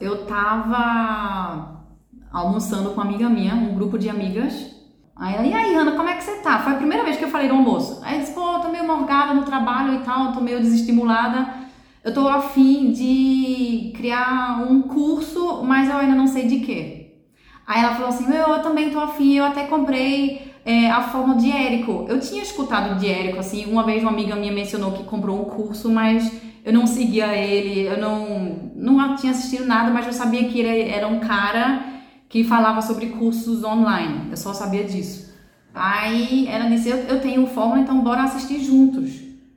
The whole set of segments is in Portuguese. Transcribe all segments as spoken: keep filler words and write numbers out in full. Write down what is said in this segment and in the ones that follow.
eu tava almoçando com uma amiga minha, um grupo de amigas. Aí ela, e aí, Ana, como é que você tá? Foi a primeira vez que eu falei no almoço. Aí eu disse, pô, eu tô meio morgada no trabalho e tal, tô meio desestimulada. Eu tô a fim de criar um curso, mas eu ainda não sei de quê. Aí ela falou assim, eu, eu também tô a fim, eu até comprei é, a fórmula de Érico. Eu tinha escutado de Érico, assim, uma vez uma amiga minha mencionou que comprou um curso, mas eu não seguia ele, eu não, não tinha assistido nada, mas eu sabia que ele era um cara que falava sobre cursos online, eu só sabia disso. Aí ela disse, eu, eu tenho fórmula, então bora assistir juntos.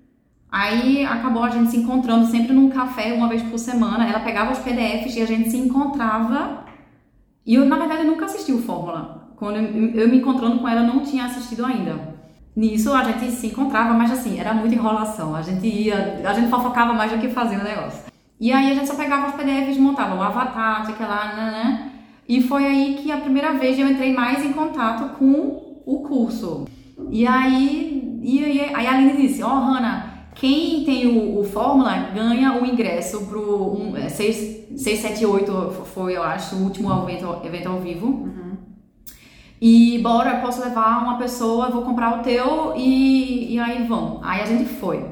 Aí acabou a gente se encontrando sempre num café, uma vez por semana, ela pegava os P D Fs e a gente se encontrava. E eu, na verdade, eu nunca assisti o Fórmula. Quando eu, eu me encontrando com ela, eu não tinha assistido ainda. Nisso a gente se encontrava, mas assim, era muita enrolação. A gente ia, a gente fofocava mais do que fazia o negócio. E aí a gente só pegava os P D Fs, montava o avatar, sei que lá, né, né? E foi aí que a primeira vez eu entrei mais em contato com o curso. E aí, e aí, aí a Aline disse, ó, oh, Hannah, quem tem o, o Fórmula ganha o ingresso pro um, é, seis sete oito, foi, eu acho, o último evento, evento ao vivo. Uhum. E bora, eu posso levar uma pessoa, vou comprar o teu e, e aí vamos. Aí a gente foi.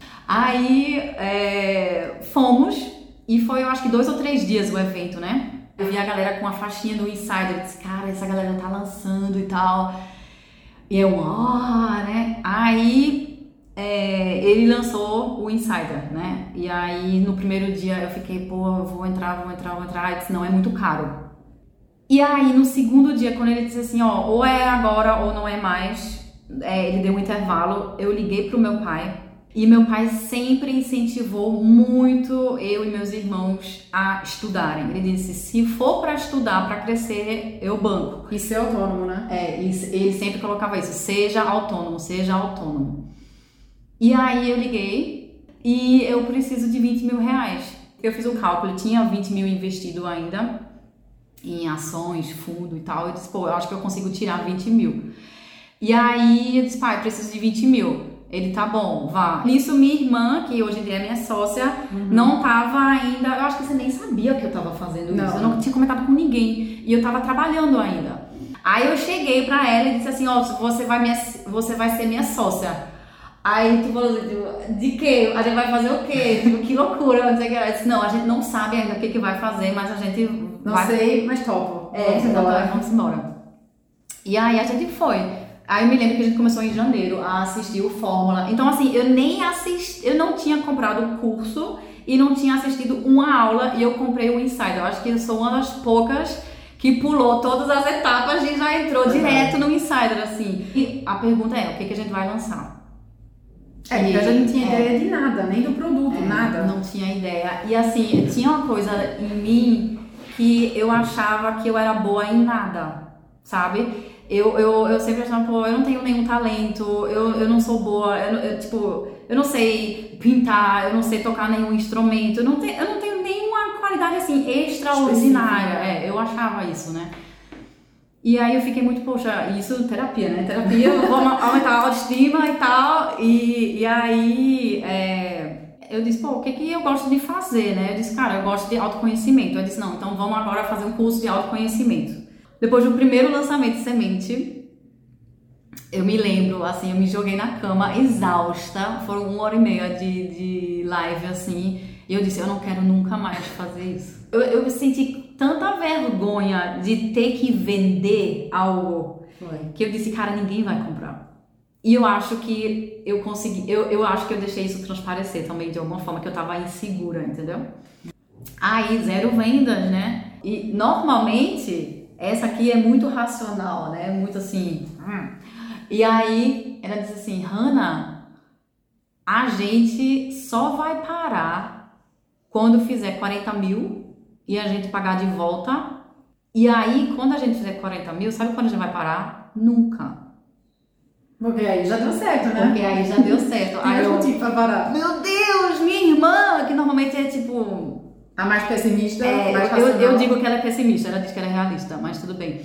Aí é, fomos e foi, eu acho que dois ou três dias o evento, né? Eu vi a galera com a faixinha do Insider, eu disse, cara, essa galera tá lançando e tal. E eu, ó, oh, né? Aí é, ele lançou o Insider, né? E aí no primeiro dia eu fiquei, pô, eu vou entrar, vou entrar, vou entrar. Ele disse, não, é muito caro. E aí no segundo dia, quando ele disse assim, ó, ou é agora ou não é mais, é, ele deu um intervalo, eu liguei pro meu pai. E meu pai sempre incentivou muito eu e meus irmãos a estudarem. Ele disse, se for para estudar, para crescer, eu banco. E ser autônomo, né? É, ele sempre colocava isso, seja autônomo, seja autônomo. E aí eu liguei e eu preciso de vinte mil reais. Eu fiz um cálculo, eu tinha vinte mil investido ainda em ações, fundo e tal. Eu disse, pô, eu acho que eu consigo tirar vinte mil. E aí eu disse, pai, eu preciso de vinte mil. Ele, tá bom, vá. Nisso, minha irmã, que hoje em dia é minha sócia, uhum. não tava ainda... Eu acho que você nem sabia que eu tava fazendo não. isso. Eu não tinha comentado com ninguém. E eu tava trabalhando ainda. Aí eu cheguei pra ela e disse assim, ó, oh, você, vai minha, você vai ser minha sócia. Aí tu falou, de quê? A gente vai fazer o quê? Tipo, que loucura. Não sei o que. Eu disse, não, a gente não sabe ainda o que, que vai fazer, mas a gente não vai... Não sei, mas topo. É, vamos embora. Vamos embora. E aí a gente foi. Aí eu me lembro que a gente começou em janeiro a assistir o Fórmula. Então, assim, eu nem assisti, eu não tinha comprado o curso e não tinha assistido uma aula e eu comprei o Insider. Eu acho que eu sou uma das poucas que pulou todas as etapas e já entrou direto no Insider, assim. E a pergunta é, o que, que a gente vai lançar? É, porque a gente não tinha é, ideia de nada, nem do produto, é, nada. Não tinha ideia. E assim, tinha uma coisa em mim que eu achava que eu era boa em nada, sabe? Eu, eu, eu sempre achava, pô, eu não tenho nenhum talento, eu, eu não sou boa, eu, eu, tipo, eu não sei pintar, eu não sei tocar nenhum instrumento, eu não tenho, eu não tenho nenhuma qualidade, assim, extraordinária. É, eu achava isso, né? E aí eu fiquei muito, poxa, isso terapia, né? Terapia, eu vou aumentar a autoestima e tal, e, e aí é, eu disse, pô, o que que eu gosto de fazer, né? Eu disse, cara, eu gosto de autoconhecimento. Eu disse, não, então vamos agora fazer um curso de autoconhecimento. Depois do primeiro lançamento de semente, eu me lembro, assim, eu me joguei na cama exausta, foram uma hora e meia de, de live, assim, e eu disse, eu não quero nunca mais fazer isso. Eu, eu senti tanta vergonha de ter que vender algo, Foi. que eu disse, cara, ninguém vai comprar. E eu acho que eu consegui, eu, eu acho que eu deixei isso transparecer também de alguma forma, que eu tava insegura, entendeu? Aí, zero vendas, né? E normalmente... Essa aqui é muito racional, né? Muito assim... Hum. E aí, ela disse assim, Hannah, a gente só vai parar quando fizer quarenta mil e a gente pagar de volta. E aí, quando a gente fizer quarenta mil, sabe quando a gente vai parar? Nunca. Porque aí já deu certo, né? Porque aí já deu certo. Aí eu tipo pra parar. Meu Deus, minha irmã, que normalmente é tipo... A mais pessimista, é, mais eu, eu digo que ela é pessimista, ela diz que ela é realista, mas tudo bem.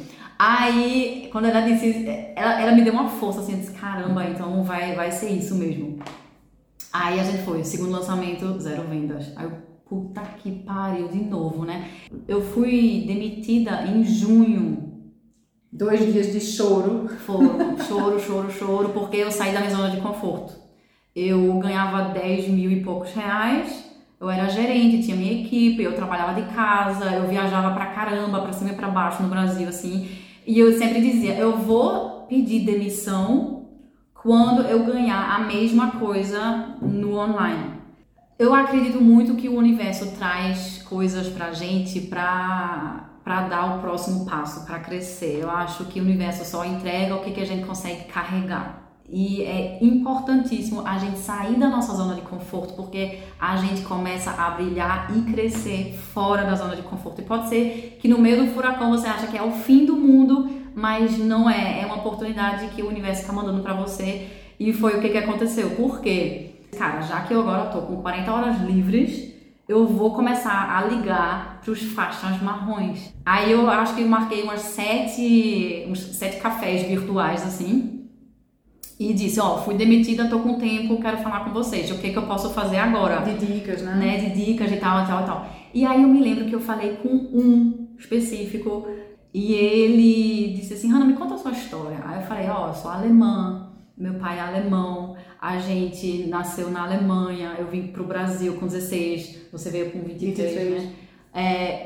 Aí, quando ela disse, ela, ela me deu uma força, assim, eu disse, caramba, então vai, vai ser isso mesmo. Aí a gente foi, segundo lançamento, zero vendas. Aí eu, puta que pariu, de novo, né? Eu fui demitida em junho. Dois dias de choro. Foram, choro, choro, choro, porque eu saí da minha zona de conforto. Eu ganhava dez mil e poucos reais, eu era gerente, tinha minha equipe, eu trabalhava de casa, eu viajava pra caramba, pra cima e pra baixo no Brasil, assim. E eu sempre dizia, eu vou pedir demissão quando eu ganhar a mesma coisa no online. Eu acredito muito que o universo traz coisas pra gente pra... para dar o próximo passo, para crescer. Eu acho que o universo só entrega o que, que a gente consegue carregar. E é importantíssimo a gente sair da nossa zona de conforto, porque a gente começa a brilhar e crescer fora da zona de conforto. E pode ser que no meio do furacão você acha que é o fim do mundo, mas não é. É uma oportunidade que o universo está mandando para você. E foi o que, que aconteceu. Por quê? Cara, já que eu agora tô com quarenta horas livres, eu vou começar a ligar para os faixas marrons. Aí eu acho que eu marquei umas sete, uns sete cafés virtuais, assim, e disse, ó, fui demitida, tô com tempo, quero falar com vocês, o que que eu posso fazer agora? De dicas, né? né? De dicas e tal, e tal, e tal. E aí eu me lembro que eu falei com um específico, e ele disse assim, Hannah, me conta a sua história. Aí eu falei, ó, eu sou alemã, meu pai é alemão, a gente nasceu na Alemanha, eu vim pro Brasil com dezesseis, você veio com vinte e três, vinte e três. Né? É,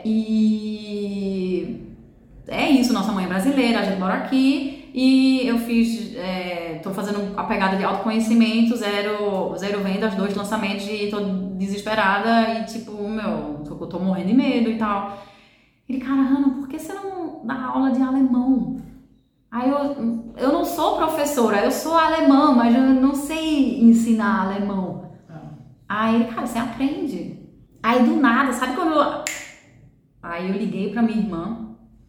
e é isso, nossa mãe é brasileira, a gente mora aqui e eu fiz, é, tô fazendo a pegada de autoconhecimento, zero, zero vendas, dois lançamentos e tô desesperada e tipo, meu, tô, tô morrendo de medo e tal. Ele, cara, Hannah, por que você não dá aula de alemão? Aí eu, eu não sou professora, eu sou alemã, mas eu não sei ensinar alemão. Ah. Aí ele, cara, você aprende. Aí do nada, sabe quando eu... Aí eu liguei pra minha irmã,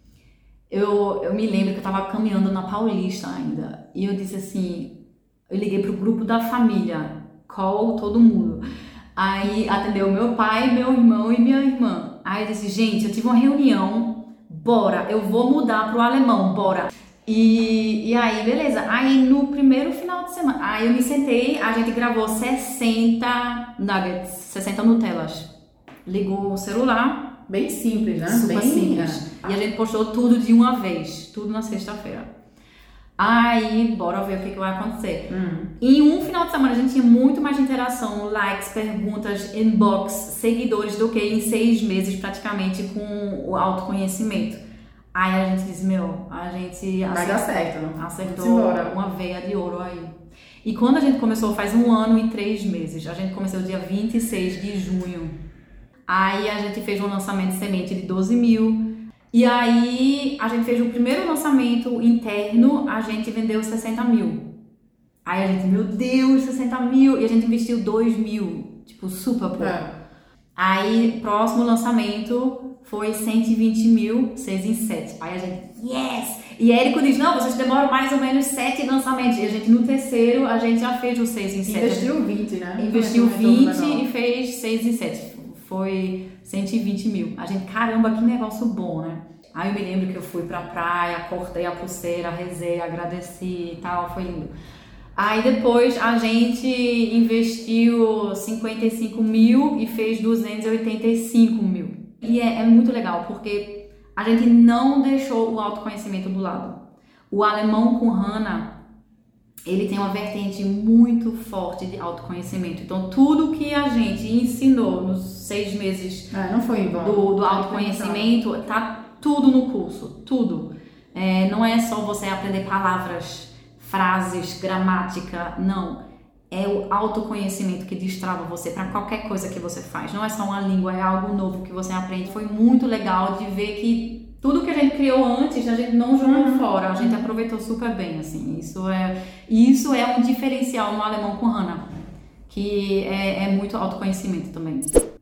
eu, eu me lembro que eu tava caminhando na Paulista ainda, e eu disse assim, eu liguei pro grupo da família, call todo mundo. Aí atendeu meu pai, meu irmão e minha irmã. Aí eu disse, gente, eu tive uma reunião, bora, eu vou mudar pro alemão, bora. E, e aí, beleza. Aí no primeiro final de semana, aí eu me sentei, a gente gravou sessenta nuggets, sessenta Nutellas. Ligou o celular. Bem simples, né? Super Bem simples. É. E a gente postou tudo de uma vez, tudo na sexta-feira. Aí, bora ver o que, que vai acontecer. Hum. Em um final de semana a gente tinha muito mais interação, likes, perguntas, inbox, seguidores do que em seis meses praticamente com o autoconhecimento. Aí a gente disse, meu, a gente vai dar certo, acertou uma veia de ouro aí. E quando a gente começou, faz um ano e três meses, a gente começou dia vinte e seis de junho. Aí a gente fez um lançamento de semente de doze mil. E aí a gente fez o primeiro lançamento interno, a gente vendeu sessenta mil. Aí a gente, meu Deus, sessenta mil. E a gente investiu dois mil, tipo, super pouco. É. Aí, próximo lançamento foi cento e vinte mil, seis em sete. Aí a gente, yes! E Érico diz, não, vocês demoram mais ou menos sete lançamentos. E a gente, no terceiro, a gente já fez o seis em sete. Investiu vinte, né? Investiu vinte e fez seis em sete. Foi cento e vinte mil. A gente, caramba, que negócio bom, né? Aí eu me lembro que eu fui pra praia, cortei a pulseira, rezei, agradeci e tal, foi lindo. Aí depois a gente investiu cinquenta e cinco mil e fez duzentos e oitenta e cinco mil. E é, é muito legal, porque a gente não deixou o autoconhecimento do lado. O Alemão com Hannah, ele tem uma vertente muito forte de autoconhecimento. Então tudo que a gente ensinou nos seis meses é, não foi do, do autoconhecimento, tá tudo no curso, tudo. É, não é só você aprender palavras, frases, gramática, não. É o autoconhecimento que destrava você para qualquer coisa que você faz. Não é só uma língua, é algo novo que você aprende. Foi muito legal de ver que tudo que a gente criou antes, a gente não jogou uhum. fora, a gente aproveitou super bem, assim. Isso é, isso é um diferencial no Alemão com Hannah, que é, é muito autoconhecimento também.